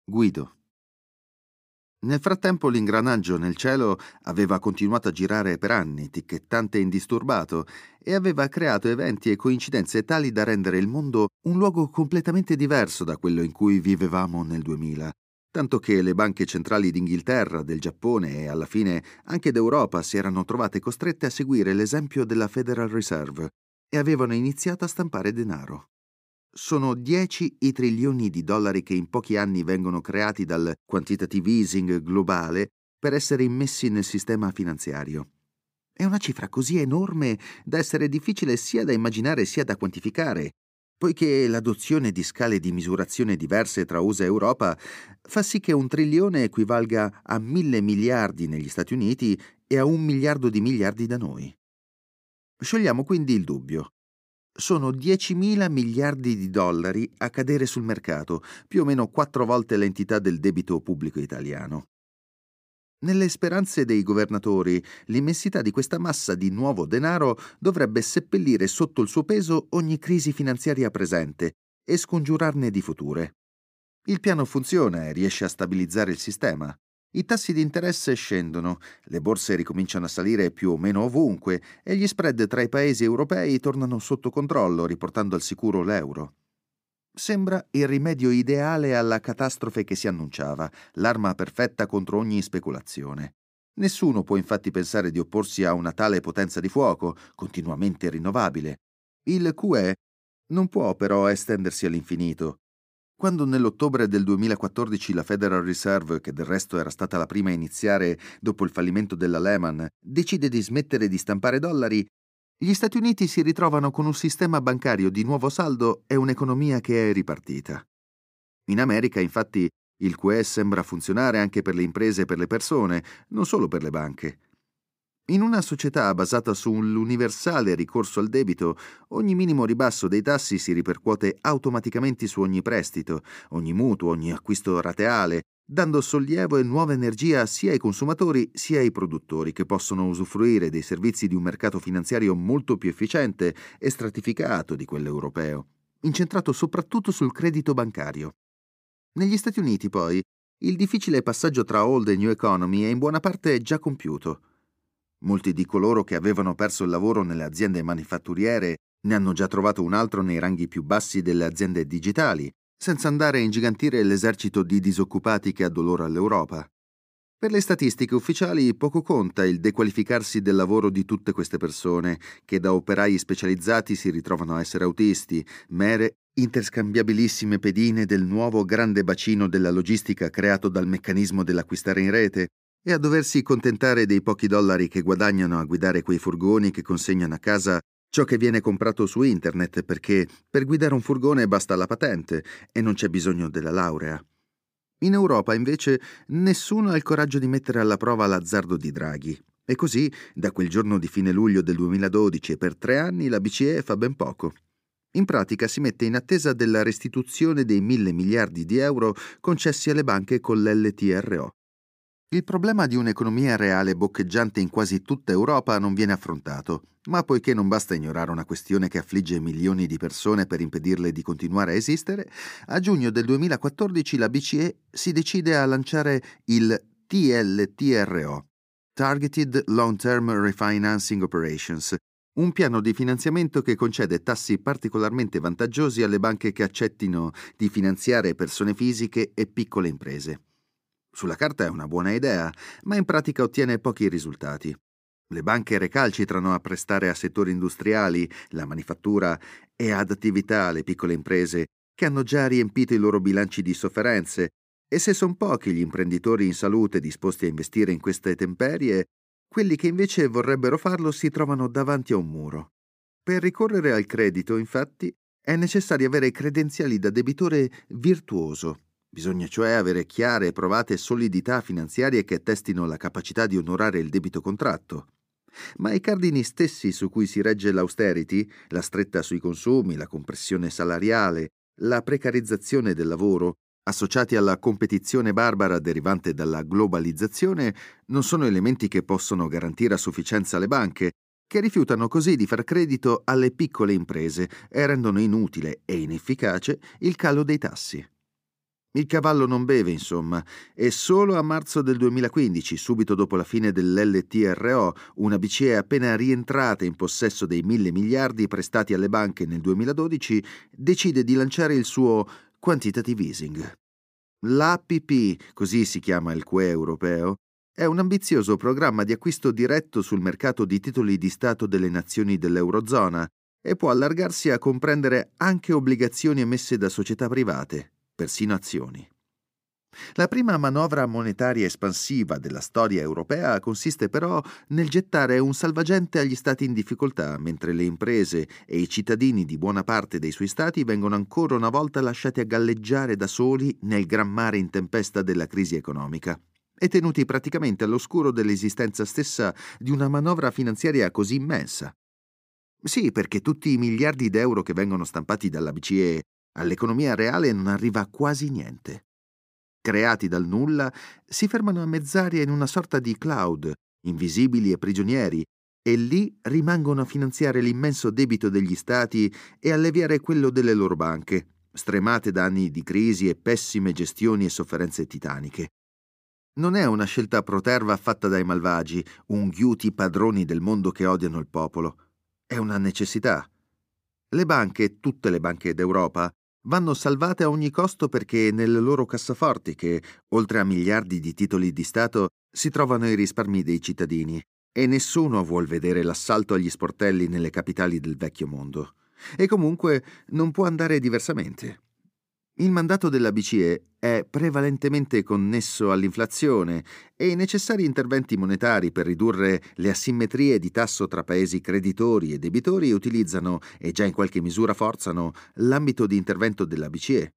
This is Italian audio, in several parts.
Guido. Nel frattempo l'ingranaggio nel cielo aveva continuato a girare per anni, ticchettante e indisturbato, e aveva creato eventi e coincidenze tali da rendere il mondo un luogo completamente diverso da quello in cui vivevamo nel 2000. Tanto che le banche centrali d'Inghilterra, del Giappone e alla fine anche d'Europa si erano trovate costrette a seguire l'esempio della Federal Reserve e avevano iniziato a stampare denaro. Sono 10 i trilioni di dollari che in pochi anni vengono creati dal quantitative easing globale per essere immessi nel sistema finanziario. È una cifra così enorme da essere difficile sia da immaginare sia da quantificare, poiché l'adozione di scale di misurazione diverse tra USA e Europa fa sì che 1 trilione equivalga a 1.000 miliardi negli Stati Uniti e a 1 miliardo di miliardi da noi. Sciogliamo quindi il dubbio. Sono 10.000 miliardi di dollari a cadere sul mercato, più o meno 4 volte l'entità del debito pubblico italiano. Nelle speranze dei governatori, l'immensità di questa massa di nuovo denaro dovrebbe seppellire sotto il suo peso ogni crisi finanziaria presente e scongiurarne di future. Il piano funziona e riesce a stabilizzare il sistema. I tassi di interesse scendono, le borse ricominciano a salire più o meno ovunque e gli spread tra i paesi europei tornano sotto controllo, riportando al sicuro l'euro. Sembra il rimedio ideale alla catastrofe che si annunciava, l'arma perfetta contro ogni speculazione. Nessuno può infatti pensare di opporsi a una tale potenza di fuoco, continuamente rinnovabile. Il QE non può però estendersi all'infinito. Quando nell'ottobre del 2014 la Federal Reserve, che del resto era stata la prima a iniziare dopo il fallimento della Lehman, decide di smettere di stampare dollari, gli Stati Uniti si ritrovano con un sistema bancario di nuovo saldo e un'economia che è ripartita. In America, infatti, il QE sembra funzionare anche per le imprese e per le persone, non solo per le banche. In una società basata sull'universale ricorso al debito, ogni minimo ribasso dei tassi si ripercuote automaticamente su ogni prestito, ogni mutuo, ogni acquisto rateale, dando sollievo e nuova energia sia ai consumatori sia ai produttori che possono usufruire dei servizi di un mercato finanziario molto più efficiente e stratificato di quello europeo, incentrato soprattutto sul credito bancario. Negli Stati Uniti, poi, il difficile passaggio tra old e new economy è in buona parte già compiuto. Molti di coloro che avevano perso il lavoro nelle aziende manifatturiere ne hanno già trovato un altro nei ranghi più bassi delle aziende digitali, senza andare a ingigantire l'esercito di disoccupati che addolora l'Europa. Per le statistiche ufficiali poco conta il dequalificarsi del lavoro di tutte queste persone, che da operai specializzati si ritrovano a essere autisti, mere interscambiabilissime pedine del nuovo grande bacino della logistica creato dal meccanismo dell'acquistare in rete, e a doversi contentare dei pochi dollari che guadagnano a guidare quei furgoni che consegnano a casa ciò che viene comprato su internet, perché per guidare un furgone basta la patente e non c'è bisogno della laurea. In Europa, invece, nessuno ha il coraggio di mettere alla prova l'azzardo di Draghi. E così, da quel giorno di fine luglio del 2012 e per 3 anni, la BCE fa ben poco. In pratica si mette in attesa della restituzione dei 1.000 miliardi di euro concessi alle banche con l'LTRO. Il problema di un'economia reale boccheggiante in quasi tutta Europa non viene affrontato, ma poiché non basta ignorare una questione che affligge milioni di persone per impedirle di continuare a esistere, a giugno del 2014 la BCE si decide a lanciare il TLTRO, Targeted Long-Term Refinancing Operations, un piano di finanziamento che concede tassi particolarmente vantaggiosi alle banche che accettino di finanziare persone fisiche e piccole imprese. Sulla carta è una buona idea, ma in pratica ottiene pochi risultati. Le banche recalcitrano a prestare a settori industriali, la manifattura e ad attività alle piccole imprese che hanno già riempito i loro bilanci di sofferenze, e se son pochi gli imprenditori in salute disposti a investire in queste temperie, quelli che invece vorrebbero farlo si trovano davanti a un muro. Per ricorrere al credito, infatti, è necessario avere credenziali da debitore virtuoso. Bisogna cioè avere chiare e provate solidità finanziarie che attestino la capacità di onorare il debito contratto. Ma i cardini stessi su cui si regge l'austerity, la stretta sui consumi, la compressione salariale, la precarizzazione del lavoro, associati alla competizione barbara derivante dalla globalizzazione, non sono elementi che possono garantire a sufficienza alle banche, che rifiutano così di far credito alle piccole imprese e rendono inutile e inefficace il calo dei tassi. Il cavallo non beve, insomma, e solo a marzo del 2015, subito dopo la fine dell'LTRO, una BCE appena rientrata in possesso dei 1.000 miliardi prestati alle banche nel 2012, decide di lanciare il suo quantitative easing. L'APP, così si chiama il QE europeo, è un ambizioso programma di acquisto diretto sul mercato di titoli di Stato delle nazioni dell'Eurozona e può allargarsi a comprendere anche obbligazioni emesse da società private, persino azioni. La prima manovra monetaria espansiva della storia europea consiste però nel gettare un salvagente agli stati in difficoltà, mentre le imprese e i cittadini di buona parte dei suoi stati vengono ancora una volta lasciati a galleggiare da soli nel gran mare in tempesta della crisi economica e tenuti praticamente all'oscuro dell'esistenza stessa di una manovra finanziaria così immensa. Sì, perché tutti i miliardi d'euro che vengono stampati dalla BCE all'economia reale non arriva quasi niente. Creati dal nulla, si fermano a mezz'aria in una sorta di cloud, invisibili e prigionieri, e lì rimangono a finanziare l'immenso debito degli stati e alleviare quello delle loro banche, stremate da anni di crisi e pessime gestioni e sofferenze titaniche. Non è una scelta proterva fatta dai malvagi, unghiuti padroni del mondo che odiano il popolo. È una necessità. Le banche, tutte le banche d'Europa, vanno salvate a ogni costo perché nelle loro cassaforti, che, oltre a miliardi di titoli di Stato, si trovano i risparmi dei cittadini, e nessuno vuol vedere l'assalto agli sportelli nelle capitali del vecchio mondo. E comunque non può andare diversamente. Il mandato della BCE è prevalentemente connesso all'inflazione e i necessari interventi monetari per ridurre le asimmetrie di tasso tra paesi creditori e debitori utilizzano, e già in qualche misura forzano, l'ambito di intervento della BCE.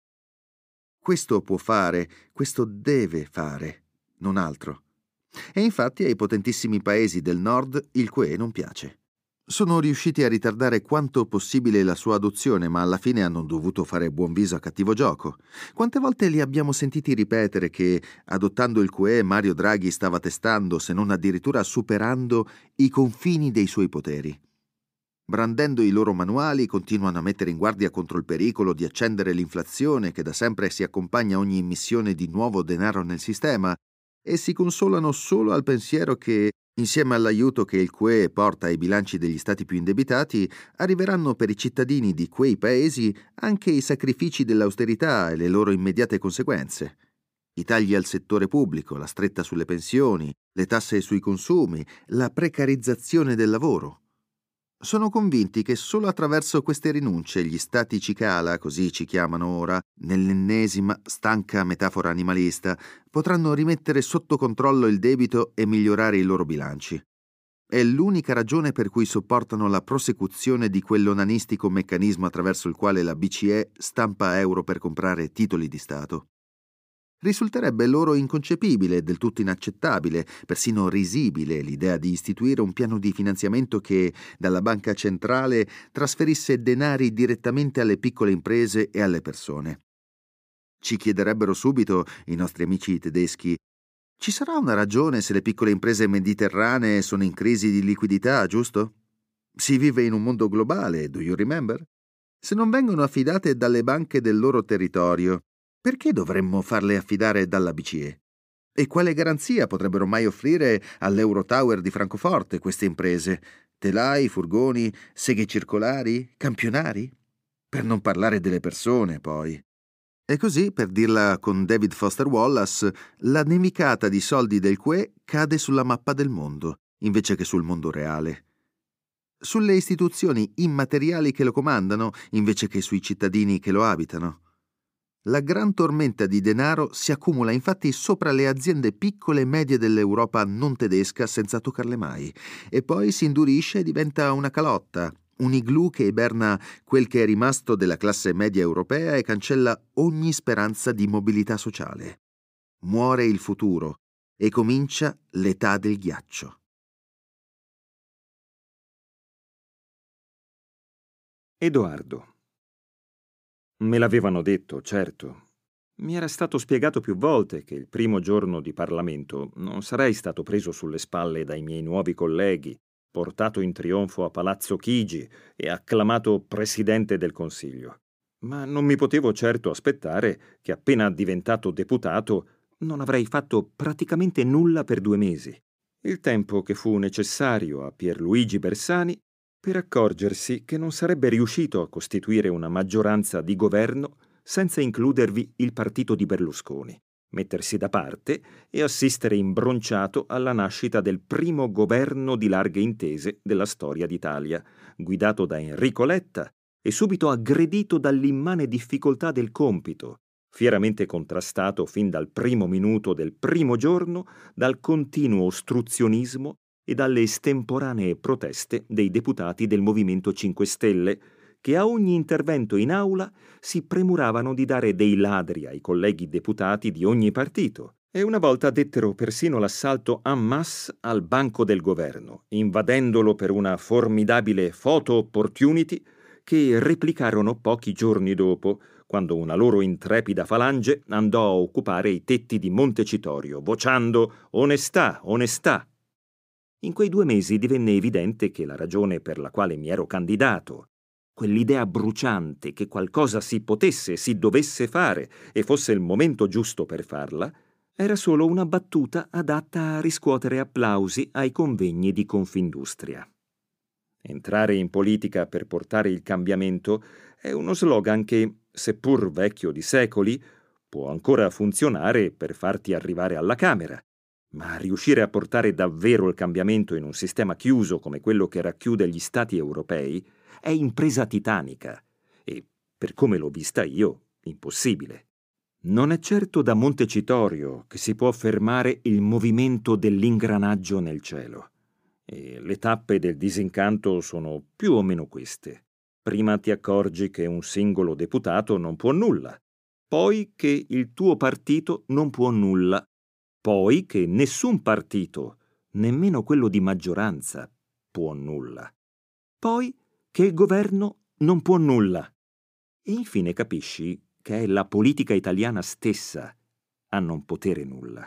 Questo può fare, questo deve fare, non altro. E infatti ai potentissimi paesi del nord il QE non piace. Sono riusciti a ritardare quanto possibile la sua adozione, ma alla fine hanno dovuto fare buon viso a cattivo gioco. Quante volte li abbiamo sentiti ripetere che, adottando il QE, Mario Draghi stava testando, se non addirittura superando, i confini dei suoi poteri. Brandendo i loro manuali, continuano a mettere in guardia contro il pericolo di accendere l'inflazione che da sempre si accompagna a ogni immissione di nuovo denaro nel sistema, e si consolano solo al pensiero che, insieme all'aiuto che il QE porta ai bilanci degli stati più indebitati, arriveranno per i cittadini di quei paesi anche i sacrifici dell'austerità e le loro immediate conseguenze. I tagli al settore pubblico, la stretta sulle pensioni, le tasse sui consumi, la precarizzazione del lavoro. Sono convinti che solo attraverso queste rinunce gli stati cicala, così ci chiamano ora, nell'ennesima stanca metafora animalista, potranno rimettere sotto controllo il debito e migliorare i loro bilanci. È l'unica ragione per cui sopportano la prosecuzione di quell'onanistico meccanismo attraverso il quale la BCE stampa euro per comprare titoli di Stato. Risulterebbe loro inconcepibile, del tutto inaccettabile, persino risibile l'idea di istituire un piano di finanziamento che, dalla banca centrale, trasferisse denari direttamente alle piccole imprese e alle persone. Ci chiederebbero subito i nostri amici tedeschi: ci sarà una ragione se le piccole imprese mediterranee sono in crisi di liquidità, giusto? Si vive in un mondo globale, do you remember? Se non vengono affidate dalle banche del loro territorio, perché dovremmo farle affidare dalla BCE? E quale garanzia potrebbero mai offrire all'Eurotower di Francoforte queste imprese? Telai, furgoni, seghe circolari, campionari? Per non parlare delle persone, poi. E così, per dirla con David Foster Wallace, la nevicata di soldi del QE cade sulla mappa del mondo, invece che sul mondo reale. Sulle istituzioni immateriali che lo comandano, invece che sui cittadini che lo abitano. La gran tormenta di denaro si accumula infatti sopra le aziende piccole e medie dell'Europa non tedesca senza toccarle mai, e poi si indurisce e diventa una calotta, un igloo che iberna quel che è rimasto della classe media europea e cancella ogni speranza di mobilità sociale. Muore il futuro e comincia l'età del ghiaccio. Edoardo. Me l'avevano detto, certo. Mi era stato spiegato più volte che il primo giorno di Parlamento non sarei stato preso sulle spalle dai miei nuovi colleghi, portato in trionfo a Palazzo Chigi e acclamato Presidente del Consiglio. ma non mi potevo certo aspettare che appena diventato deputato non avrei fatto praticamente nulla per 2 mesi, il tempo che fu necessario a Pierluigi Bersani per accorgersi che non sarebbe riuscito a costituire una maggioranza di governo senza includervi il partito di Berlusconi, mettersi da parte e assistere imbronciato alla nascita del primo governo di larghe intese della storia d'Italia, guidato da Enrico Letta e subito aggredito dall'immane difficoltà del compito, fieramente contrastato fin dal primo minuto del primo giorno dal continuo ostruzionismo e dalle estemporanee proteste dei deputati del Movimento 5 Stelle, che a ogni intervento in aula si premuravano di dare dei ladri ai colleghi deputati di ogni partito, e una volta dettero persino l'assalto en masse al banco del governo, invadendolo per una formidabile photo opportunity che replicarono pochi giorni dopo, quando una loro intrepida falange andò a occupare i tetti di Montecitorio, vociando «Onestà, onestà!». In quei 2 mesi divenne evidente che la ragione per la quale mi ero candidato, quell'idea bruciante che qualcosa si potesse, si dovesse fare e fosse il momento giusto per farla, era solo una battuta adatta a riscuotere applausi ai convegni di Confindustria. Entrare in politica per portare il cambiamento è uno slogan che, seppur vecchio di secoli, può ancora funzionare per farti arrivare alla Camera, ma riuscire a portare davvero il cambiamento in un sistema chiuso come quello che racchiude gli Stati europei è impresa titanica e, per come l'ho vista io, impossibile. Non è certo da Montecitorio che si può fermare il movimento dell'ingranaggio nel cielo. E le tappe del disincanto sono più o meno queste. Prima ti accorgi che un singolo deputato non può nulla, poi che il tuo partito non può nulla, poi che nessun partito, nemmeno quello di maggioranza, può nulla, poi che il governo non può nulla. E infine capisci che è la politica italiana stessa a non potere nulla.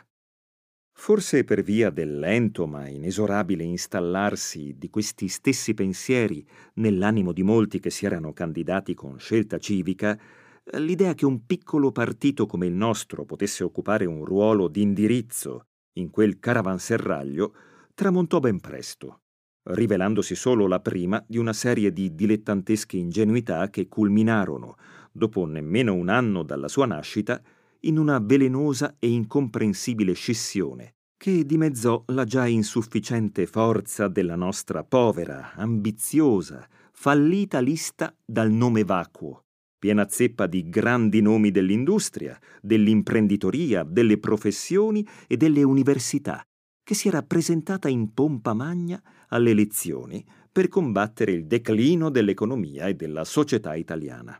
Forse per via del lento ma inesorabile installarsi di questi stessi pensieri nell'animo di molti che si erano candidati con Scelta Civica, l'idea che un piccolo partito come il nostro potesse occupare un ruolo di indirizzo in quel caravanserraglio tramontò ben presto, rivelandosi solo la prima di una serie di dilettantesche ingenuità che culminarono, dopo nemmeno un anno dalla sua nascita, in una velenosa e incomprensibile scissione che dimezzò la già insufficiente forza della nostra povera, ambiziosa, fallita lista dal nome vacuo, piena zeppa di grandi nomi dell'industria, dell'imprenditoria, delle professioni e delle università, che si era presentata in pompa magna alle elezioni per combattere il declino dell'economia e della società italiana.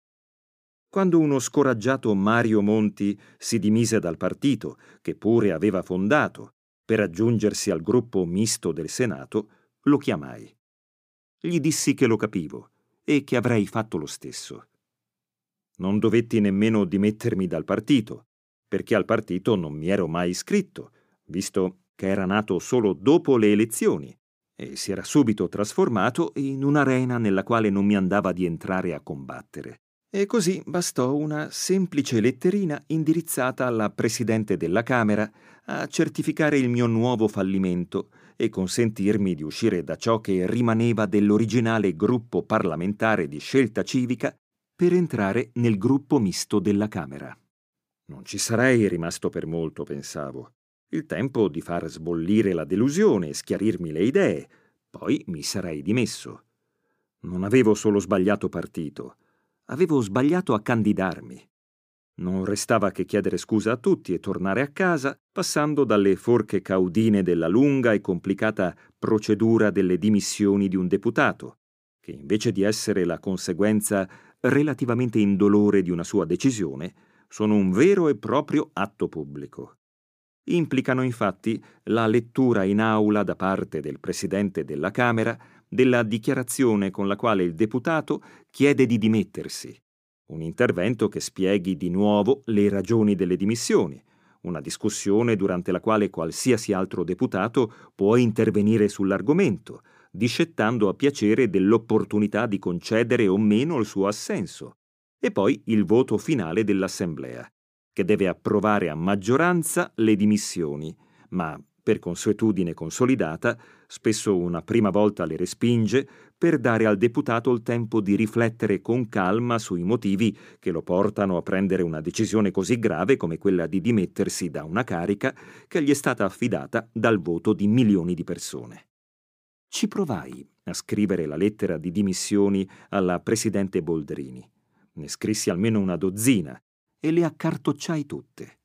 Quando uno scoraggiato Mario Monti si dimise dal partito, che pure aveva fondato, per aggiungersi al gruppo misto del Senato, lo chiamai. Gli dissi che lo capivo e che avrei fatto lo stesso. Non dovetti nemmeno dimettermi dal partito, perché al partito non mi ero mai iscritto, visto che era nato solo dopo le elezioni e si era subito trasformato in un'arena nella quale non mi andava di entrare a combattere. E così bastò una semplice letterina indirizzata alla Presidente della Camera a certificare il mio nuovo fallimento e consentirmi di uscire da ciò che rimaneva dell'originale gruppo parlamentare di Scelta Civica per entrare nel gruppo misto della Camera. Non ci sarei rimasto per molto, pensavo. Il tempo di far sbollire la delusione e schiarirmi le idee, poi mi sarei dimesso. Non avevo solo sbagliato partito. Avevo sbagliato a candidarmi. Non restava che chiedere scusa a tutti e tornare a casa, passando dalle forche caudine della lunga e complicata procedura delle dimissioni di un deputato, che invece di essere la conseguenza relativamente indolore di una sua decisione, sono un vero e proprio atto pubblico. Implicano infatti la lettura in aula da parte del Presidente della Camera della dichiarazione con la quale il deputato chiede di dimettersi, un intervento che spieghi di nuovo le ragioni delle dimissioni, una discussione durante la quale qualsiasi altro deputato può intervenire sull'argomento, discettando a piacere dell'opportunità di concedere o meno il suo assenso, e poi il voto finale dell'Assemblea, che deve approvare a maggioranza le dimissioni, ma per consuetudine consolidata, spesso una prima volta le respinge per dare al deputato il tempo di riflettere con calma sui motivi che lo portano a prendere una decisione così grave come quella di dimettersi da una carica che gli è stata affidata dal voto di milioni di persone. Ci provai a scrivere la lettera di dimissioni alla presidente Boldrini. Ne scrissi almeno una dozzina e le accartocciai tutte.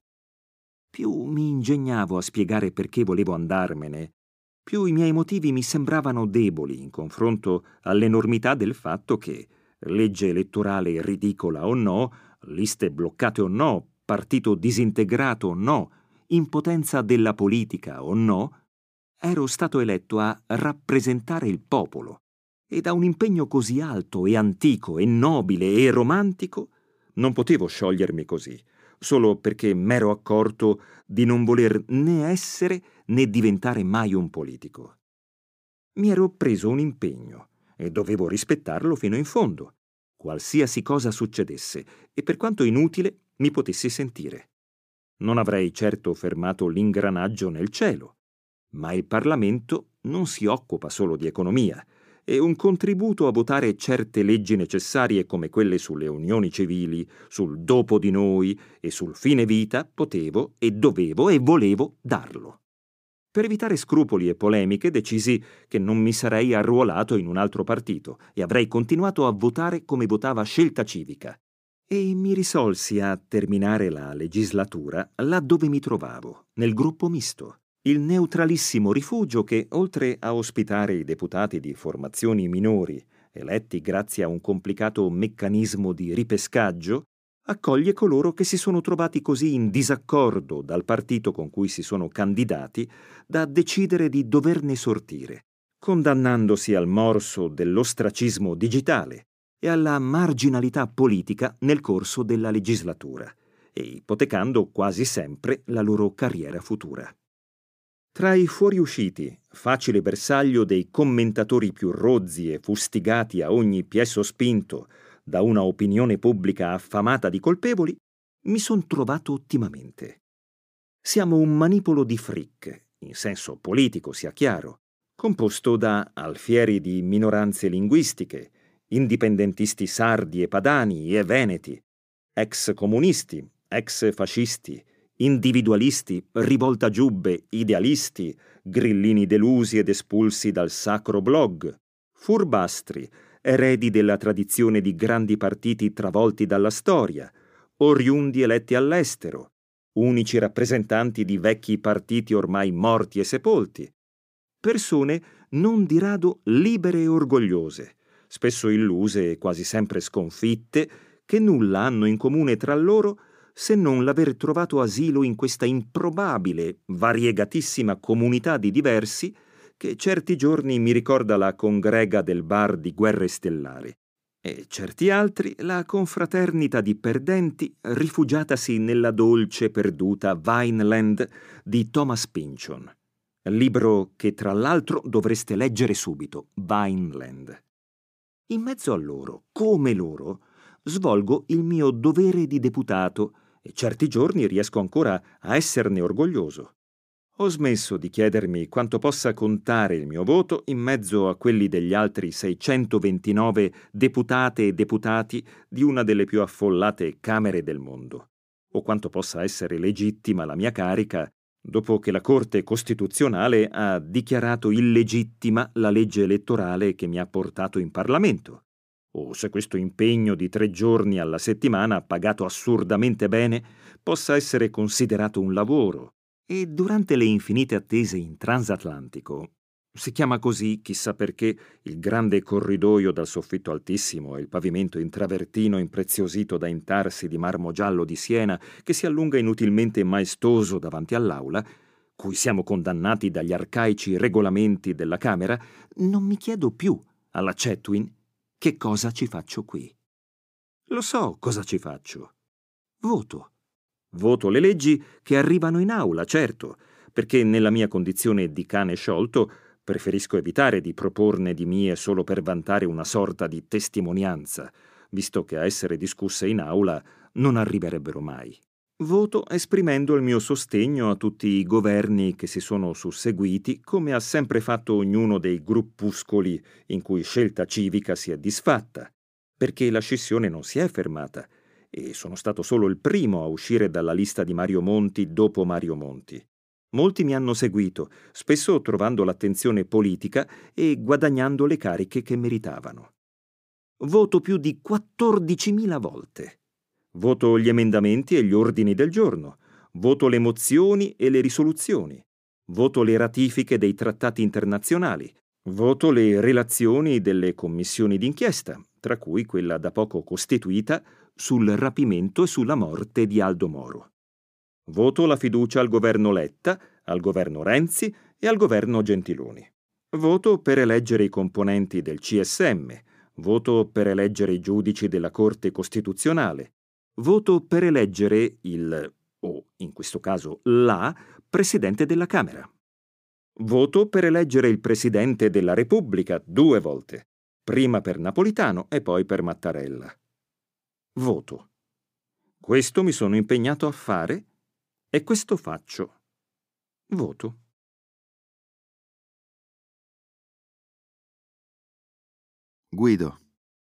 Più mi ingegnavo a spiegare perché volevo andarmene, più i miei motivi mi sembravano deboli in confronto all'enormità del fatto che, legge elettorale ridicola o no, liste bloccate o no, partito disintegrato o no, impotenza della politica o no, ero stato eletto a rappresentare il popolo e da un impegno così alto e antico e nobile e romantico non potevo sciogliermi così, solo perché m'ero accorto di non voler né essere né diventare mai un politico. Mi ero preso un impegno e dovevo rispettarlo fino in fondo, qualsiasi cosa succedesse e per quanto inutile mi potessi sentire. Non avrei certo fermato l'ingranaggio nel cielo, ma il Parlamento non si occupa solo di economia e un contributo a votare certe leggi necessarie come quelle sulle unioni civili, sul dopo di noi e sul fine vita potevo e dovevo e volevo darlo. Per evitare scrupoli e polemiche decisi che non mi sarei arruolato in un altro partito e avrei continuato a votare come votava Scelta Civica. E mi risolsi a terminare la legislatura là dove mi trovavo, nel gruppo misto. Il neutralissimo rifugio che, oltre a ospitare i deputati di formazioni minori, eletti grazie a un complicato meccanismo di ripescaggio, accoglie coloro che si sono trovati così in disaccordo dal partito con cui si sono candidati da decidere di doverne sortire, condannandosi al morso dell'ostracismo digitale e alla marginalità politica nel corso della legislatura, e ipotecando quasi sempre la loro carriera futura. Tra i fuoriusciti, facile bersaglio dei commentatori più rozzi e fustigati a ogni piè sospinto da una opinione pubblica affamata di colpevoli, mi son trovato ottimamente. Siamo un manipolo di fric, in senso politico sia chiaro, composto da alfieri di minoranze linguistiche, indipendentisti sardi e padani e veneti, ex comunisti, ex fascisti, individualisti, rivoltagiubbe, idealisti, grillini delusi ed espulsi dal sacro blog, furbastri, eredi della tradizione di grandi partiti travolti dalla storia, oriundi eletti all'estero, unici rappresentanti di vecchi partiti ormai morti e sepolti, persone non di rado libere e orgogliose, spesso illuse e quasi sempre sconfitte, che nulla hanno in comune tra loro se non l'aver trovato asilo in questa improbabile, variegatissima comunità di diversi che certi giorni mi ricorda la congrega del bar di Guerre Stellari e certi altri la confraternita di perdenti rifugiatasi nella dolce perduta Vineland di Thomas Pynchon, libro che tra l'altro dovreste leggere subito, Vineland. In mezzo a loro, come loro, svolgo il mio dovere di deputato e certi giorni riesco ancora a esserne orgoglioso. Ho smesso di chiedermi quanto possa contare il mio voto in mezzo a quelli degli altri 629 deputate e deputati di una delle più affollate Camere del mondo, o quanto possa essere legittima la mia carica dopo che la Corte Costituzionale ha dichiarato illegittima la legge elettorale che mi ha portato in Parlamento, o se questo impegno di 3 giorni alla settimana, pagato assurdamente bene, possa essere considerato un lavoro. E durante le infinite attese in transatlantico, si chiama così, chissà perché, il grande corridoio dal soffitto altissimo e il pavimento in travertino impreziosito da intarsi di marmo giallo di Siena che si allunga inutilmente maestoso davanti all'aula, cui siamo condannati dagli arcaici regolamenti della Camera, non mi chiedo più, alla Chetwin, che cosa ci faccio qui. Lo so cosa ci faccio. Voto. Voto le leggi che arrivano in aula, certo, perché nella mia condizione di cane sciolto preferisco evitare di proporne di mie solo per vantare una sorta di testimonianza, visto che a essere discusse in aula non arriverebbero mai. Voto esprimendo il mio sostegno a tutti i governi che si sono susseguiti, come ha sempre fatto ognuno dei gruppuscoli in cui Scelta Civica si è disfatta, perché la scissione non si è fermata, e sono stato solo il primo a uscire dalla lista di Mario Monti dopo Mario Monti. Molti mi hanno seguito, spesso trovando l'attenzione politica e guadagnando le cariche che meritavano. Voto più di 14.000 volte. Voto gli emendamenti e gli ordini del giorno. Voto le mozioni e le risoluzioni. Voto le ratifiche dei trattati internazionali. Voto le relazioni delle commissioni d'inchiesta, tra cui quella da poco costituita sul rapimento e sulla morte di Aldo Moro. Voto la fiducia al governo Letta, al governo Renzi e al governo Gentiloni. Voto per eleggere i componenti del CSM. Voto per eleggere i giudici della Corte Costituzionale. Voto per eleggere o in questo caso la, Presidente della Camera. Voto per eleggere il Presidente della Repubblica 2 volte, prima per Napolitano e poi per Mattarella. Voto. Questo mi sono impegnato a fare e questo faccio. Voto. Guido.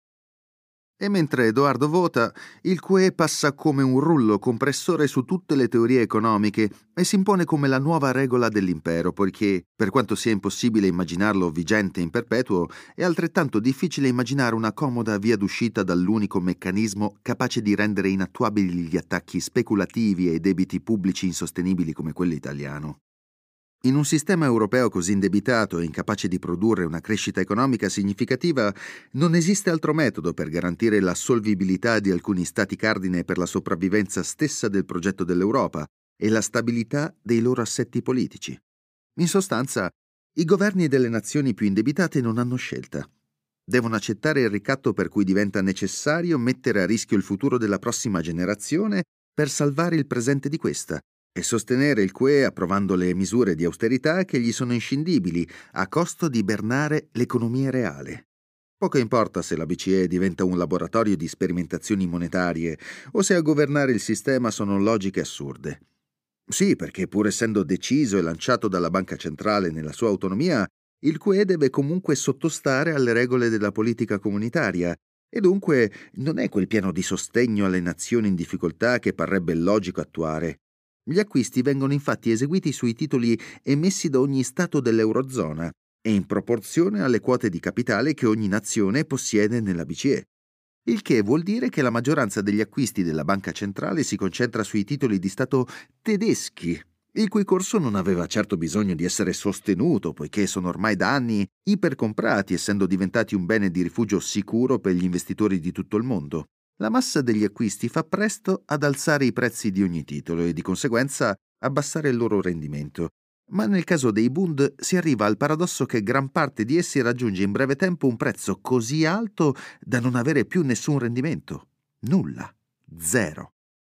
E mentre Edoardo vota, il QE passa come un rullo compressore su tutte le teorie economiche e si impone come la nuova regola dell'impero, poiché, per quanto sia impossibile immaginarlo vigente in perpetuo, è altrettanto difficile immaginare una comoda via d'uscita dall'unico meccanismo capace di rendere inattuabili gli attacchi speculativi e i debiti pubblici insostenibili come quello italiano. In un sistema europeo così indebitato e incapace di produrre una crescita economica significativa, non esiste altro metodo per garantire la solvibilità di alcuni stati cardine per la sopravvivenza stessa del progetto dell'Europa e la stabilità dei loro assetti politici. In sostanza, i governi delle nazioni più indebitate non hanno scelta. Devono accettare il ricatto per cui diventa necessario mettere a rischio il futuro della prossima generazione per salvare il presente di questa, e sostenere il QE approvando le misure di austerità che gli sono inscindibili, a costo di ibernare l'economia reale. Poco importa se la BCE diventa un laboratorio di sperimentazioni monetarie o se a governare il sistema sono logiche assurde. Sì, perché pur essendo deciso e lanciato dalla Banca Centrale nella sua autonomia, il QE deve comunque sottostare alle regole della politica comunitaria e dunque non è quel piano di sostegno alle nazioni in difficoltà che parrebbe logico attuare. Gli acquisti vengono infatti eseguiti sui titoli emessi da ogni Stato dell'Eurozona e in proporzione alle quote di capitale che ogni nazione possiede nella BCE. Il che vuol dire che la maggioranza degli acquisti della Banca Centrale si concentra sui titoli di Stato tedeschi, il cui corso non aveva certo bisogno di essere sostenuto, poiché sono ormai da anni ipercomprati, essendo diventati un bene di rifugio sicuro per gli investitori di tutto il mondo. La massa degli acquisti fa presto ad alzare i prezzi di ogni titolo e di conseguenza abbassare il loro rendimento. Ma nel caso dei Bund si arriva al paradosso che gran parte di essi raggiunge in breve tempo un prezzo così alto da non avere più nessun rendimento. Nulla. Zero.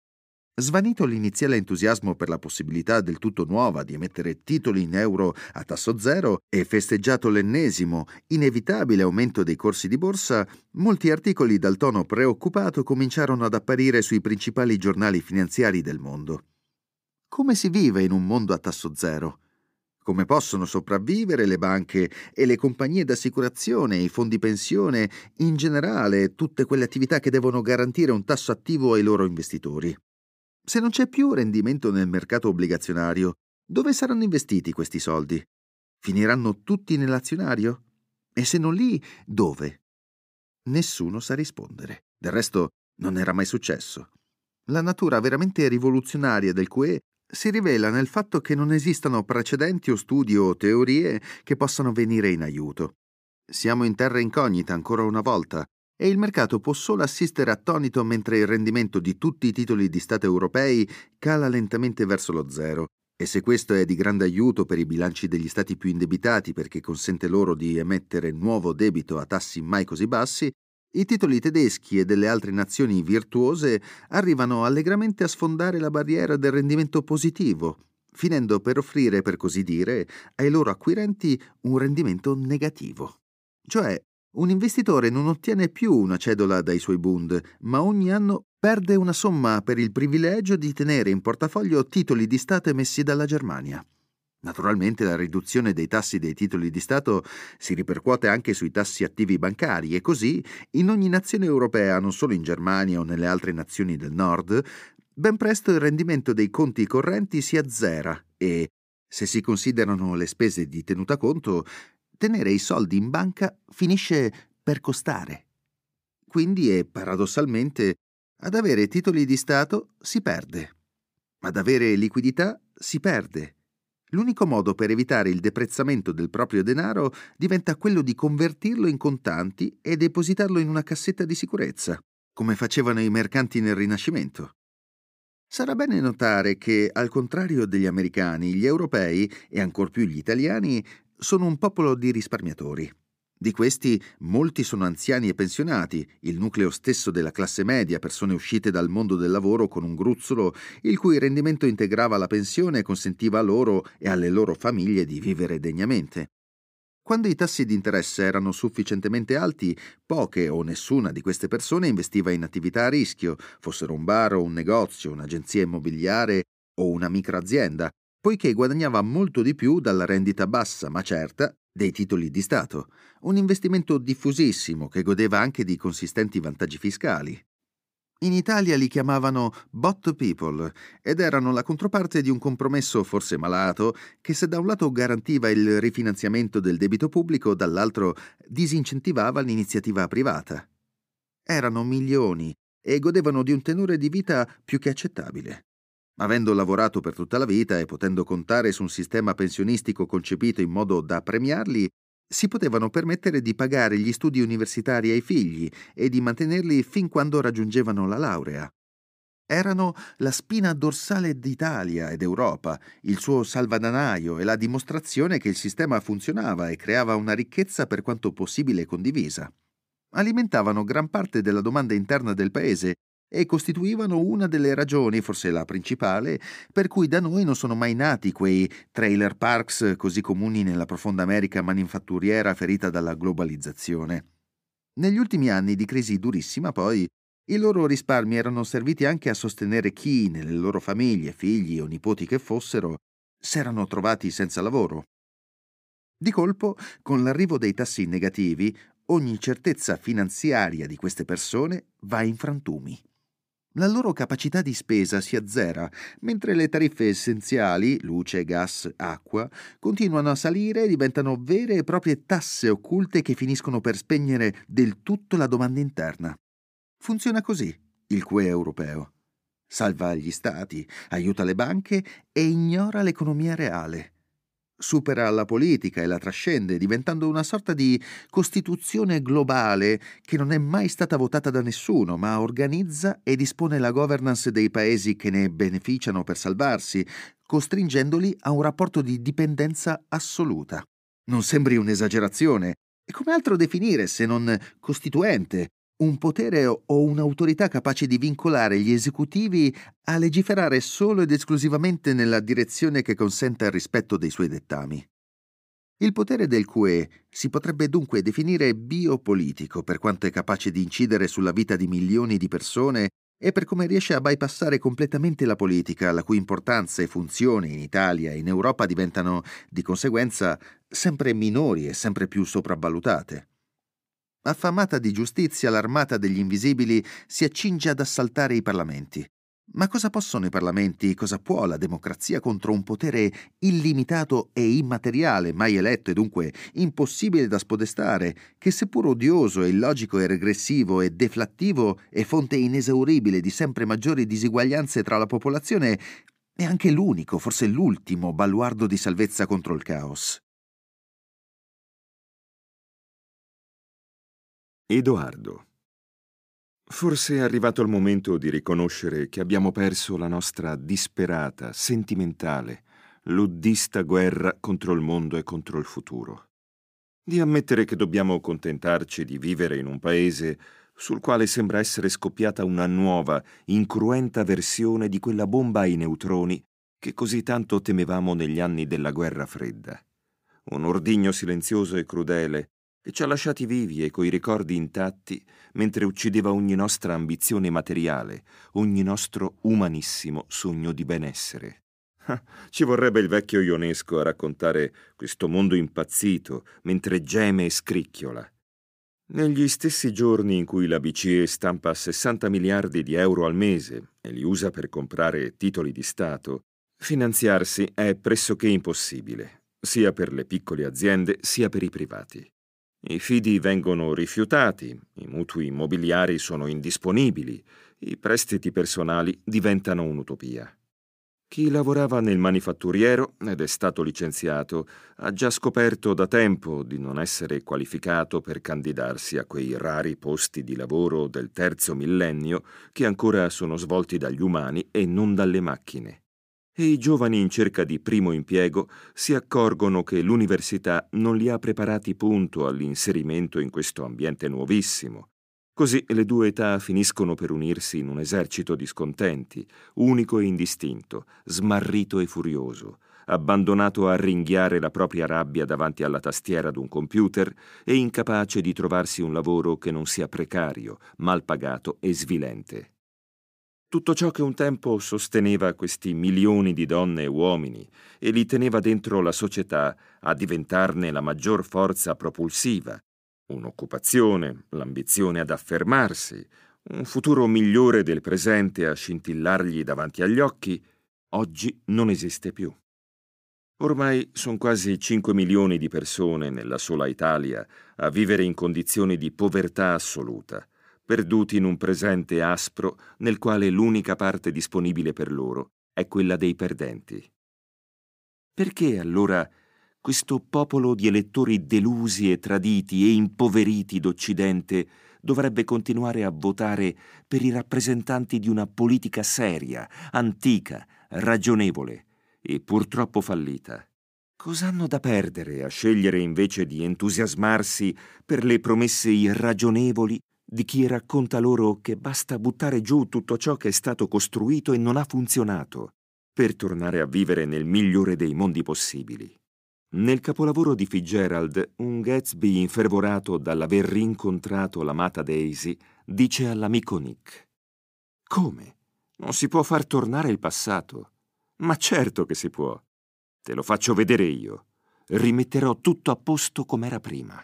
Svanito l'iniziale entusiasmo per la possibilità del tutto nuova di emettere titoli in euro a tasso zero e festeggiato l'ennesimo, inevitabile aumento dei corsi di borsa, molti articoli dal tono preoccupato cominciarono ad apparire sui principali giornali finanziari del mondo. Come si vive in un mondo a tasso zero? Come possono sopravvivere le banche e le compagnie d'assicurazione, i fondi pensione, in generale tutte quelle attività che devono garantire un tasso attivo ai loro investitori? Se non c'è più rendimento nel mercato obbligazionario, dove saranno investiti questi soldi? Finiranno tutti nell'azionario? E se non lì, dove? Nessuno sa rispondere. Del resto, non era mai successo. La natura veramente rivoluzionaria del QE si rivela nel fatto che non esistano precedenti o studi o teorie che possano venire in aiuto. Siamo in terra incognita ancora una volta, e il mercato può solo assistere attonito mentre il rendimento di tutti i titoli di Stato europei cala lentamente verso lo zero. E se questo è di grande aiuto per i bilanci degli Stati più indebitati perché consente loro di emettere nuovo debito a tassi mai così bassi, i titoli tedeschi e delle altre nazioni virtuose arrivano allegramente a sfondare la barriera del rendimento positivo, finendo per offrire, per così dire, ai loro acquirenti un rendimento negativo. Cioè, Un investitore non ottiene più una cedola dai suoi Bund, ma ogni anno perde una somma per il privilegio di tenere in portafoglio titoli di Stato emessi dalla Germania. Naturalmente la riduzione dei tassi dei titoli di Stato si ripercuote anche sui tassi attivi bancari e così in ogni nazione europea, non solo in Germania o nelle altre nazioni del nord, ben presto il rendimento dei conti correnti si azzera e, se si considerano le spese di tenuta conto, tenere i soldi in banca finisce per costare. Quindi e paradossalmente ad avere titoli di Stato si perde, ad avere liquidità si perde. L'unico modo per evitare il deprezzamento del proprio denaro diventa quello di convertirlo in contanti e depositarlo in una cassetta di sicurezza, come facevano i mercanti nel Rinascimento. Sarà bene notare che, al contrario degli americani, gli europei, e ancor più gli italiani, sono un popolo di risparmiatori. Di questi, molti sono anziani e pensionati, il nucleo stesso della classe media, persone uscite dal mondo del lavoro con un gruzzolo, il cui rendimento integrava la pensione e consentiva a loro e alle loro famiglie di vivere degnamente. Quando i tassi di interesse erano sufficientemente alti, poche o nessuna di queste persone investiva in attività a rischio, fossero un bar o un negozio, un'agenzia immobiliare o una microazienda, poiché guadagnava molto di più dalla rendita bassa ma certa dei titoli di Stato, un investimento diffusissimo che godeva anche di consistenti vantaggi fiscali. In Italia li chiamavano bot people ed erano la controparte di un compromesso forse malato che, se da un lato garantiva il rifinanziamento del debito pubblico, dall'altro disincentivava l'iniziativa privata. Erano milioni e godevano di un tenore di vita più che accettabile. Avendo lavorato per tutta la vita e potendo contare su un sistema pensionistico concepito in modo da premiarli, si potevano permettere di pagare gli studi universitari ai figli e di mantenerli fin quando raggiungevano la laurea. Erano la spina dorsale d'Italia ed Europa, il suo salvadanaio e la dimostrazione che il sistema funzionava e creava una ricchezza per quanto possibile condivisa. Alimentavano gran parte della domanda interna del paese e costituivano una delle ragioni, forse la principale, per cui da noi non sono mai nati quei trailer parks così comuni nella profonda America manifatturiera ferita dalla globalizzazione. Negli ultimi anni di crisi durissima, poi, i loro risparmi erano serviti anche a sostenere chi, nelle loro famiglie, figli o nipoti che fossero, s'erano trovati senza lavoro. Di colpo, con l'arrivo dei tassi negativi, ogni certezza finanziaria di queste persone va in frantumi. La loro capacità di spesa si azzera, mentre le tariffe essenziali, luce, gas, acqua, continuano a salire e diventano vere e proprie tasse occulte che finiscono per spegnere del tutto la domanda interna. Funziona così il QE europeo. Salva gli stati, aiuta le banche e ignora l'economia reale. Supera la politica e la trascende, diventando una sorta di costituzione globale che non è mai stata votata da nessuno, ma organizza e dispone la governance dei paesi che ne beneficiano per salvarsi, costringendoli a un rapporto di dipendenza assoluta. Non sembri un'esagerazione? E come altro definire se non costituente? Un potere o un'autorità capace di vincolare gli esecutivi a legiferare solo ed esclusivamente nella direzione che consenta il rispetto dei suoi dettami. Il potere del QE si potrebbe dunque definire biopolitico per quanto è capace di incidere sulla vita di milioni di persone e per come riesce a bypassare completamente la politica, la cui importanza e funzione in Italia e in Europa diventano, di conseguenza, sempre minori e sempre più sopravvalutate. Affamata di giustizia, l'armata degli invisibili si accinge ad assaltare i parlamenti. Ma cosa possono i parlamenti, cosa può la democrazia contro un potere illimitato e immateriale, mai eletto e dunque impossibile da spodestare, che seppur odioso e illogico e regressivo e deflattivo è fonte inesauribile di sempre maggiori disuguaglianze tra la popolazione, è anche l'unico, forse l'ultimo, baluardo di salvezza contro il caos. Edoardo. Forse è arrivato il momento di riconoscere che abbiamo perso la nostra disperata, sentimentale, luddista guerra contro il mondo e contro il futuro. Di ammettere che dobbiamo accontentarci di vivere in un paese sul quale sembra essere scoppiata una nuova, incruenta versione di quella bomba ai neutroni che così tanto temevamo negli anni della guerra fredda. Un ordigno silenzioso e crudele e ci ha lasciati vivi e coi ricordi intatti mentre uccideva ogni nostra ambizione materiale, ogni nostro umanissimo sogno di benessere. Ah, ci vorrebbe il vecchio Ionesco a raccontare questo mondo impazzito mentre geme e scricchiola. Negli stessi giorni in cui la BCE stampa 60 miliardi di euro al mese e li usa per comprare titoli di Stato, finanziarsi è pressoché impossibile, sia per le piccole aziende sia per i privati. I fidi vengono rifiutati, i mutui immobiliari sono indisponibili, i prestiti personali diventano un'utopia. Chi lavorava nel manifatturiero ed è stato licenziato ha già scoperto da tempo di non essere qualificato per candidarsi a quei rari posti di lavoro del terzo millennio che ancora sono svolti dagli umani e non dalle macchine. E i giovani in cerca di primo impiego si accorgono che l'università non li ha preparati punto all'inserimento in questo ambiente nuovissimo. Così le due età finiscono per unirsi in un esercito di scontenti, unico e indistinto, smarrito e furioso, abbandonato a ringhiare la propria rabbia davanti alla tastiera d'un computer e incapace di trovarsi un lavoro che non sia precario, mal pagato e svilente. Tutto ciò che un tempo sosteneva questi milioni di donne e uomini e li teneva dentro la società a diventarne la maggior forza propulsiva, un'occupazione, l'ambizione ad affermarsi, un futuro migliore del presente a scintillargli davanti agli occhi, oggi non esiste più. Ormai sono quasi 5 milioni di persone nella sola Italia a vivere in condizioni di povertà assoluta, perduti in un presente aspro nel quale l'unica parte disponibile per loro è quella dei perdenti. Perché allora questo popolo di elettori delusi e traditi e impoveriti d'Occidente dovrebbe continuare a votare per i rappresentanti di una politica seria, antica, ragionevole e purtroppo fallita? Cos'hanno da perdere a scegliere invece di entusiasmarsi per le promesse irragionevoli di chi racconta loro che basta buttare giù tutto ciò che è stato costruito e non ha funzionato per tornare a vivere nel migliore dei mondi possibili? Nel capolavoro di Fitzgerald, un Gatsby infervorato dall'aver rincontrato l'amata Daisy dice all'amico Nick: «Come? Non si può far tornare il passato?» «Ma certo che si può. Te lo faccio vedere io. Rimetterò tutto a posto com'era prima».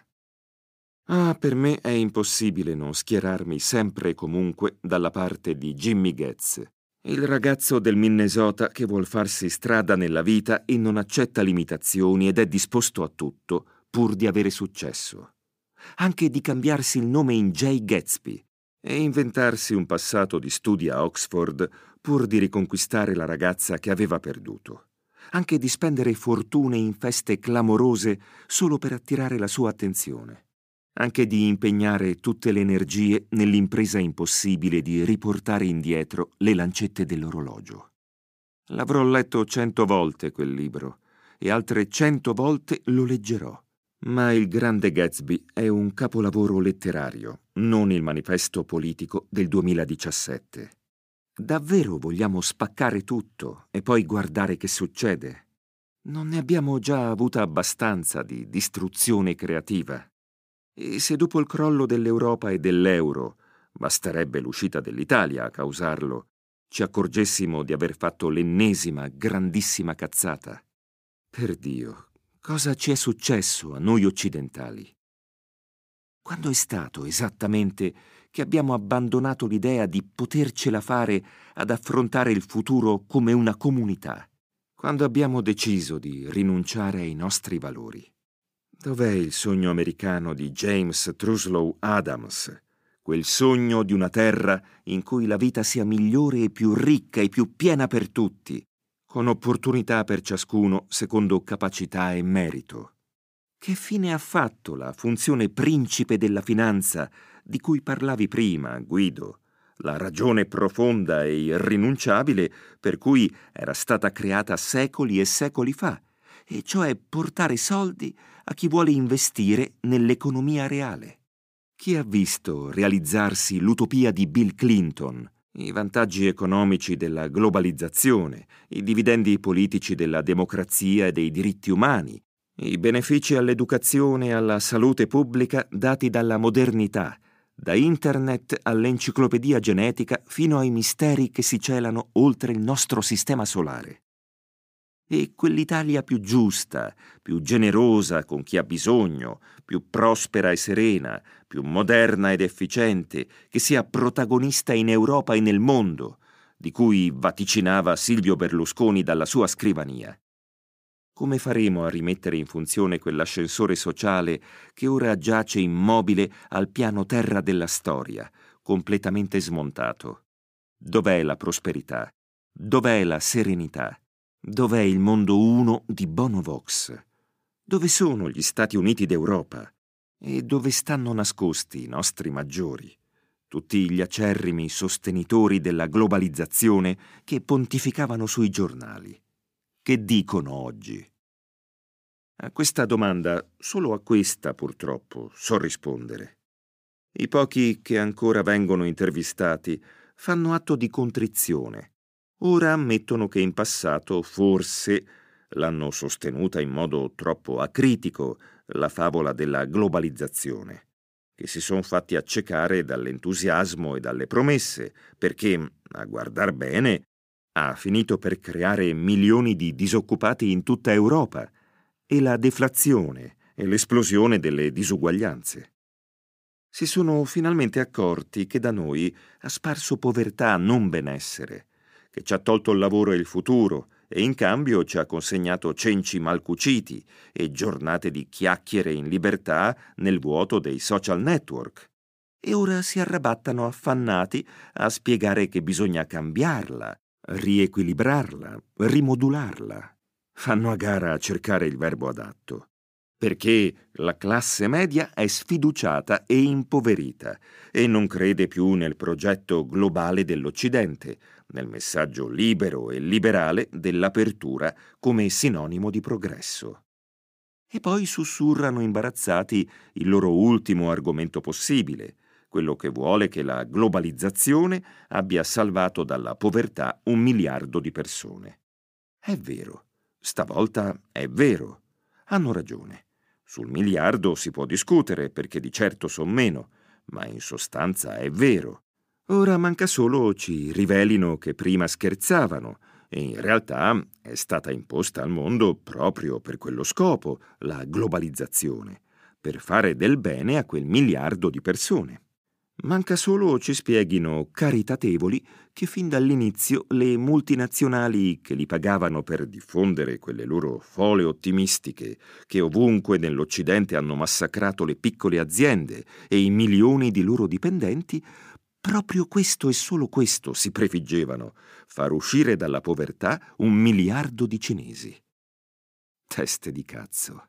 Ah, per me è impossibile non schierarmi sempre e comunque dalla parte di Jimmy Getz, il ragazzo del Minnesota che vuol farsi strada nella vita e non accetta limitazioni ed è disposto a tutto pur di avere successo. Anche di cambiarsi il nome in Jay Gatsby e inventarsi un passato di studi a Oxford pur di riconquistare la ragazza che aveva perduto. Anche di spendere fortune in feste clamorose solo per attirare la sua attenzione. Anche di impegnare tutte le energie nell'impresa impossibile di riportare indietro le lancette dell'orologio. L'avrò letto 100 volte quel libro e altre 100 volte lo leggerò. Ma Il Grande Gatsby è un capolavoro letterario, non il manifesto politico del 2017. Davvero vogliamo spaccare tutto e poi guardare che succede? Non ne abbiamo già avuta abbastanza di distruzione creativa? E se dopo il crollo dell'Europa e dell'euro, basterebbe l'uscita dell'Italia a causarlo, ci accorgessimo di aver fatto l'ennesima grandissima cazzata? Per Dio, cosa ci è successo a noi occidentali? Quando è stato esattamente che abbiamo abbandonato l'idea di potercela fare ad affrontare il futuro come una comunità? Quando abbiamo deciso di rinunciare ai nostri valori? Dov'è il sogno americano di James Truslow Adams? Quel sogno di una terra in cui la vita sia migliore e più ricca e più piena per tutti, con opportunità per ciascuno secondo capacità e merito. Che fine ha fatto la funzione principe della finanza di cui parlavi prima, Guido? La ragione profonda e irrinunciabile per cui era stata creata secoli e secoli fa, e cioè portare soldi a chi vuole investire nell'economia reale. Chi ha visto realizzarsi l'utopia di Bill Clinton, i vantaggi economici della globalizzazione, i dividendi politici della democrazia e dei diritti umani, I benefici all'educazione e alla salute pubblica dati dalla modernità, da internet all'enciclopedia genetica fino ai misteri che si celano oltre il nostro sistema solare. E quell'Italia più giusta, più generosa con chi ha bisogno, più prospera e serena, più moderna ed efficiente, che sia protagonista in Europa e nel mondo, di cui vaticinava Silvio Berlusconi dalla sua scrivania. Come faremo a rimettere in funzione quell'ascensore sociale che ora giace immobile al piano terra della storia, completamente smontato? Dov'è la prosperità? Dov'è la serenità? Dov'è il mondo uno di Bono Vox? Dove sono gli Stati Uniti d'Europa? E dove stanno nascosti i nostri maggiori? Tutti gli acerrimi sostenitori della globalizzazione che pontificavano sui giornali. Che dicono oggi? A questa domanda, solo a questa purtroppo, so rispondere. I pochi che ancora vengono intervistati fanno atto di contrizione. Ora ammettono che in passato, forse, l'hanno sostenuta in modo troppo acritico la favola della globalizzazione, che si sono fatti accecare dall'entusiasmo e dalle promesse, perché, a guardar bene, ha finito per creare milioni di disoccupati in tutta Europa e la deflazione e l'esplosione delle disuguaglianze. Si sono finalmente accorti che da noi ha sparso povertà, non benessere, che ci ha tolto il lavoro e il futuro e in cambio ci ha consegnato cenci mal cuciti e giornate di chiacchiere in libertà nel vuoto dei social network. E ora si arrabattano affannati a spiegare che bisogna cambiarla, riequilibrarla, rimodularla. Fanno a gara a cercare il verbo adatto. Perché la classe media è sfiduciata e impoverita e non crede più nel progetto globale dell'Occidente, nel messaggio libero e liberale dell'apertura come sinonimo di progresso. E poi sussurrano imbarazzati il loro ultimo argomento possibile, quello che vuole che la globalizzazione abbia salvato dalla povertà 1 miliardo di persone. È vero, stavolta è vero. Hanno ragione. Sul miliardo si può discutere perché di certo son meno, ma in sostanza è vero. Ora manca solo ci rivelino che prima scherzavano e in realtà è stata imposta al mondo proprio per quello scopo, la globalizzazione, per fare del bene a quel miliardo di persone. Manca solo ci spieghino, caritatevoli, che fin dall'inizio le multinazionali che li pagavano per diffondere quelle loro fole ottimistiche, che ovunque nell'Occidente hanno massacrato le piccole aziende e i milioni di loro dipendenti, proprio questo e solo questo si prefiggevano, far uscire dalla povertà 1 miliardo di cinesi. Teste di cazzo.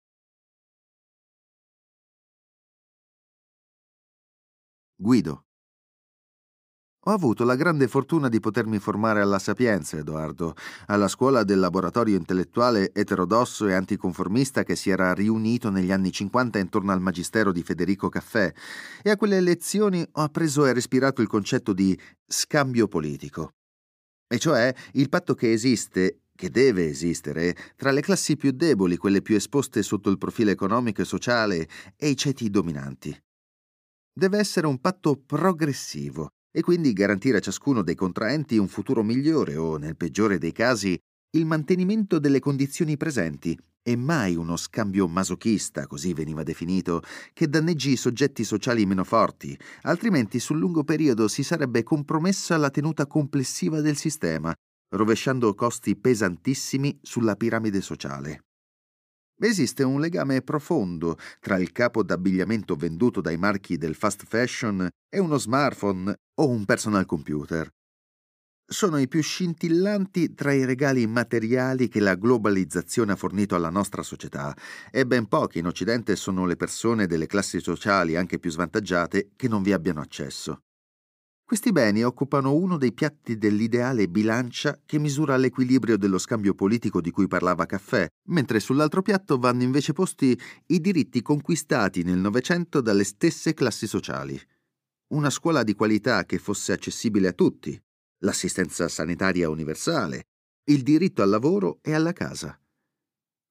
Guido. Ho avuto la grande fortuna di potermi formare alla Sapienza, Edoardo, alla scuola del laboratorio intellettuale eterodosso e anticonformista che si era riunito negli anni 50 intorno al magistero di Federico Caffè, e a quelle lezioni ho appreso e respirato il concetto di scambio politico, e cioè il patto che esiste, che deve esistere, tra le classi più deboli, quelle più esposte sotto il profilo economico e sociale, e i ceti dominanti. Deve essere un patto progressivo e quindi garantire a ciascuno dei contraenti un futuro migliore o, nel peggiore dei casi, il mantenimento delle condizioni presenti e mai uno scambio masochista, così veniva definito, che danneggi i soggetti sociali meno forti, altrimenti sul lungo periodo si sarebbe compromessa la tenuta complessiva del sistema, rovesciando costi pesantissimi sulla piramide sociale. Esiste un legame profondo tra il capo d'abbigliamento venduto dai marchi del fast fashion e uno smartphone o un personal computer. Sono i più scintillanti tra i regali materiali che la globalizzazione ha fornito alla nostra società, e ben pochi in Occidente sono le persone delle classi sociali anche più svantaggiate che non vi abbiano accesso. Questi beni occupano uno dei piatti dell'ideale bilancia che misura l'equilibrio dello scambio politico di cui parlava Caffè, mentre sull'altro piatto vanno invece posti i diritti conquistati nel Novecento dalle stesse classi sociali. Una scuola di qualità che fosse accessibile a tutti, l'assistenza sanitaria universale, il diritto al lavoro e alla casa.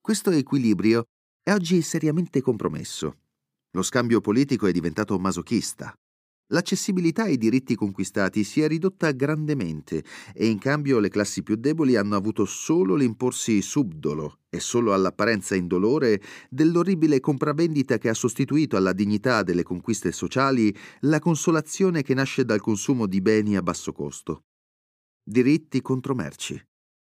Questo equilibrio è oggi seriamente compromesso. Lo scambio politico è diventato masochista. L'accessibilità ai diritti conquistati si è ridotta grandemente e in cambio le classi più deboli hanno avuto solo l'imporsi subdolo e solo all'apparenza indolore dell'orribile compravendita che ha sostituito alla dignità delle conquiste sociali la consolazione che nasce dal consumo di beni a basso costo. Diritti contro merci.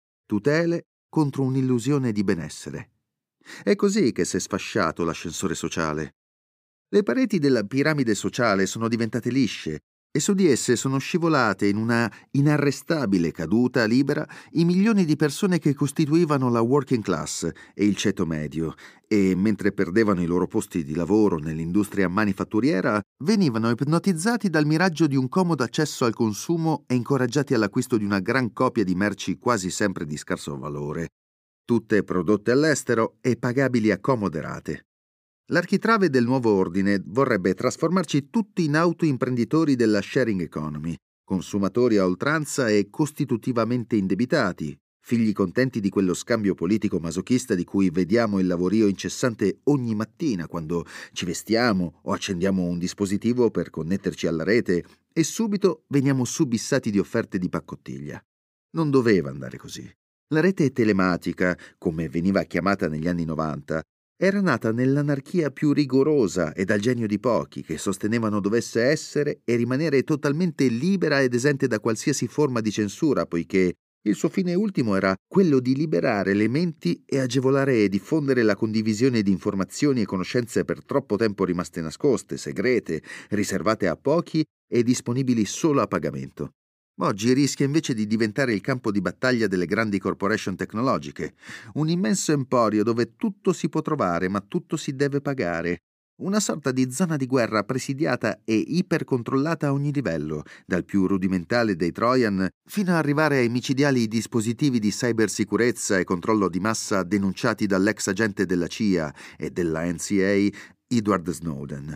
Tutele contro un'illusione di benessere. È così che si è sfasciato l'ascensore sociale. Le pareti della piramide sociale sono diventate lisce e su di esse sono scivolate in una inarrestabile caduta libera i milioni di persone che costituivano la working class e il ceto medio e, mentre perdevano i loro posti di lavoro nell'industria manifatturiera, venivano ipnotizzati dal miraggio di un comodo accesso al consumo e incoraggiati all'acquisto di una gran copia di merci quasi sempre di scarso valore, tutte prodotte all'estero e pagabili a comode rate. L'architrave del nuovo ordine vorrebbe trasformarci tutti in autoimprenditori della sharing economy, consumatori a oltranza e costitutivamente indebitati, figli contenti di quello scambio politico masochista di cui vediamo il lavorio incessante ogni mattina quando ci vestiamo o accendiamo un dispositivo per connetterci alla rete e subito veniamo subissati di offerte di paccottiglia. Non doveva andare così. La rete telematica, come veniva chiamata negli anni 90, era nata nell'anarchia più rigorosa e dal genio di pochi che sostenevano dovesse essere e rimanere totalmente libera ed esente da qualsiasi forma di censura, poiché il suo fine ultimo era quello di liberare le menti e agevolare e diffondere la condivisione di informazioni e conoscenze per troppo tempo rimaste nascoste, segrete, riservate a pochi e disponibili solo a pagamento. Oggi rischia invece di diventare il campo di battaglia delle grandi corporation tecnologiche, un immenso emporio dove tutto si può trovare ma tutto si deve pagare, una sorta di zona di guerra presidiata e ipercontrollata a ogni livello, dal più rudimentale dei Trojan fino ad arrivare ai micidiali dispositivi di cybersicurezza e controllo di massa denunciati dall'ex agente della CIA e della NCA Edward Snowden.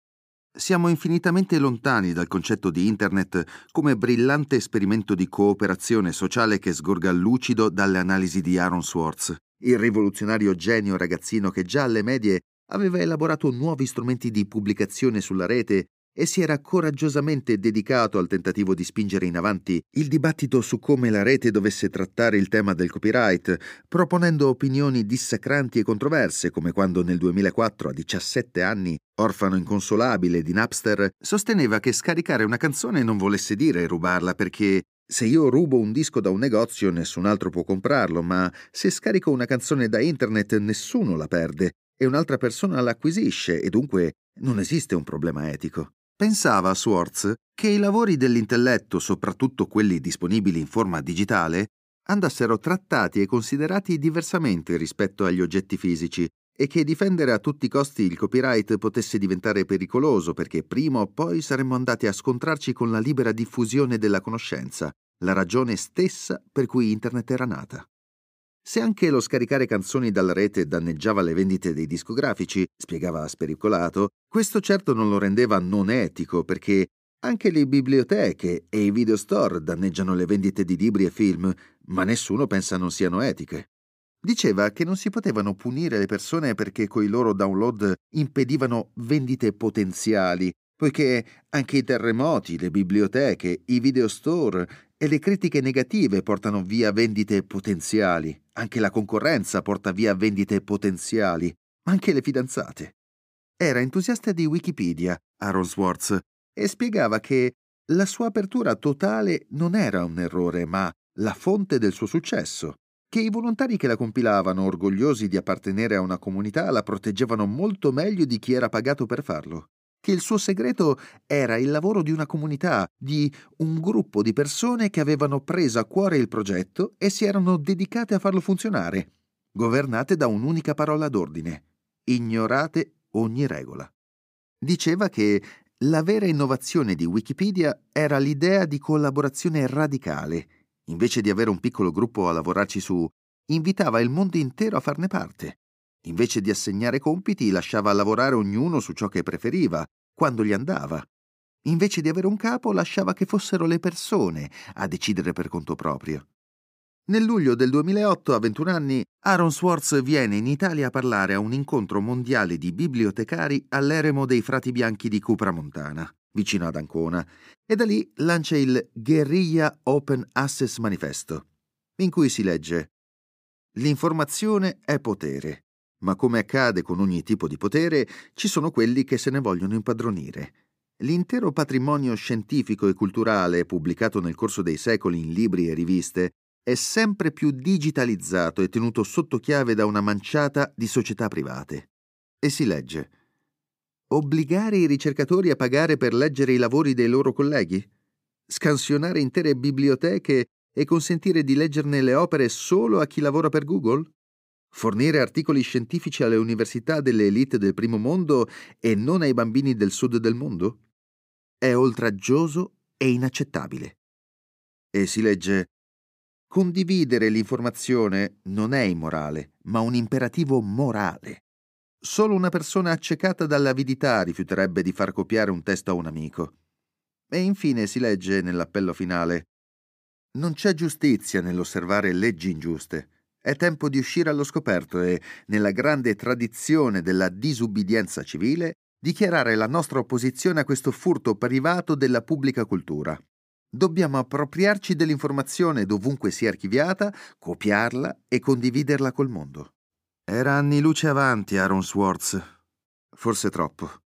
Siamo infinitamente lontani dal concetto di Internet come brillante esperimento di cooperazione sociale che sgorga lucido dalle analisi di Aaron Swartz, il rivoluzionario genio ragazzino che già alle medie aveva elaborato nuovi strumenti di pubblicazione sulla rete e si era coraggiosamente dedicato al tentativo di spingere in avanti il dibattito su come la rete dovesse trattare il tema del copyright, proponendo opinioni dissacranti e controverse, come quando nel 2004, a 17 anni, orfano inconsolabile di Napster, sosteneva che scaricare una canzone non volesse dire rubarla, perché se io rubo un disco da un negozio nessun altro può comprarlo, ma se scarico una canzone da internet nessuno la perde e un'altra persona l'acquisisce e dunque non esiste un problema etico. Pensava Swartz che i lavori dell'intelletto, soprattutto quelli disponibili in forma digitale, andassero trattati e considerati diversamente rispetto agli oggetti fisici e che difendere a tutti i costi il copyright potesse diventare pericoloso perché prima o poi saremmo andati a scontrarci con la libera diffusione della conoscenza, la ragione stessa per cui Internet era nata. Se anche lo scaricare canzoni dalla rete danneggiava le vendite dei discografici, spiegava Spericolato, questo certo non lo rendeva non etico perché anche le biblioteche e i videostore danneggiano le vendite di libri e film, ma nessuno pensa non siano etiche. Diceva che non si potevano punire le persone perché coi loro download impedivano vendite potenziali, poiché anche i terremoti, le biblioteche, i videostore e le critiche negative portano via vendite potenziali. Anche la concorrenza porta via vendite potenziali, anche le fidanzate. Era entusiasta di Wikipedia, Aaron Swartz, e spiegava che la sua apertura totale non era un errore, ma la fonte del suo successo, che i volontari che la compilavano, orgogliosi di appartenere a una comunità, la proteggevano molto meglio di chi era pagato per farlo, che il suo segreto era il lavoro di una comunità, di un gruppo di persone che avevano preso a cuore il progetto e si erano dedicate a farlo funzionare, governate da un'unica parola d'ordine: ignorate ogni regola. Diceva che la vera innovazione di Wikipedia era l'idea di collaborazione radicale. Invece di avere un piccolo gruppo a lavorarci su, invitava il mondo intero a farne parte. Invece di assegnare compiti, lasciava lavorare ognuno su ciò che preferiva, quando gli andava. Invece di avere un capo, lasciava che fossero le persone a decidere per conto proprio. Nel luglio del 2008, a 21 anni, Aaron Swartz viene in Italia a parlare a un incontro mondiale di bibliotecari all'eremo dei Frati Bianchi di Cupramontana, vicino ad Ancona, e da lì lancia il Guerrilla Open Access Manifesto, in cui si legge: «L'informazione è potere, ma come accade con ogni tipo di potere, ci sono quelli che se ne vogliono impadronire. L'intero patrimonio scientifico e culturale pubblicato nel corso dei secoli in libri e riviste è sempre più digitalizzato e tenuto sotto chiave da una manciata di società private». E si legge: «Obbligare i ricercatori a pagare per leggere i lavori dei loro colleghi? Scansionare intere biblioteche e consentire di leggerne le opere solo a chi lavora per Google? Fornire articoli scientifici alle università delle elite del primo mondo e non ai bambini del sud del mondo? È oltraggioso e inaccettabile». E si legge: «Condividere l'informazione non è immorale, ma un imperativo morale. Solo una persona accecata dall'avidità rifiuterebbe di far copiare un testo a un amico». E infine si legge nell'appello finale: «Non c'è giustizia nell'osservare leggi ingiuste. È tempo di uscire allo scoperto e, nella grande tradizione della disubbidienza civile, dichiarare la nostra opposizione a questo furto privato della pubblica cultura. Dobbiamo appropriarci dell'informazione dovunque sia archiviata, copiarla e condividerla col mondo». Era anni luce avanti Aaron Swartz, forse troppo.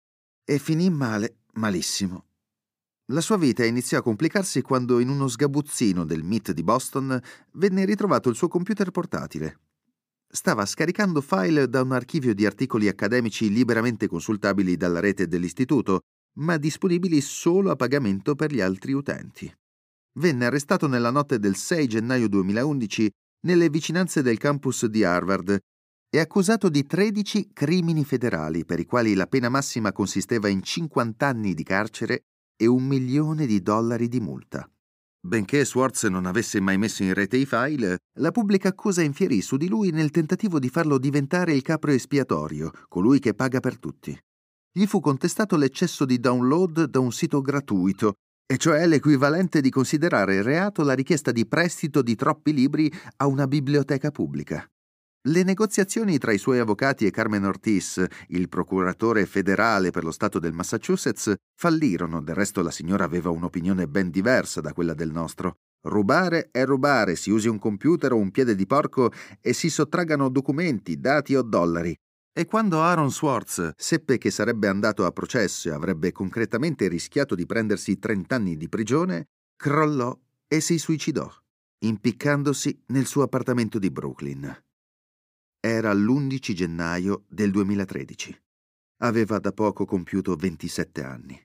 E finì male, malissimo. La sua vita iniziò a complicarsi quando in uno sgabuzzino del MIT di Boston venne ritrovato il suo computer portatile. Stava scaricando file da un archivio di articoli accademici liberamente consultabili dalla rete dell'istituto, ma disponibili solo a pagamento per gli altri utenti. Venne arrestato nella notte del 6 gennaio 2011 nelle vicinanze del campus di Harvard e accusato di 13 crimini federali per i quali la pena massima consisteva in 50 anni di carcere e $1 milione di multa. Benché Swartz non avesse mai messo in rete i file, la pubblica accusa infierì su di lui nel tentativo di farlo diventare il capro espiatorio, colui che paga per tutti. Gli fu contestato l'eccesso di download da un sito gratuito, e cioè l'equivalente di considerare reato la richiesta di prestito di troppi libri a una biblioteca pubblica. Le negoziazioni tra i suoi avvocati e Carmen Ortiz, il procuratore federale per lo stato del Massachusetts, fallirono. Del resto la signora aveva un'opinione ben diversa da quella del nostro. Rubare è rubare, si usi un computer o un piede di porco e si sottraggano documenti, dati o dollari. E quando Aaron Swartz seppe che sarebbe andato a processo e avrebbe concretamente rischiato di prendersi 30 anni di prigione, crollò e si suicidò, impiccandosi nel suo appartamento di Brooklyn. Era l'11 gennaio del 2013. Aveva da poco compiuto 27 anni.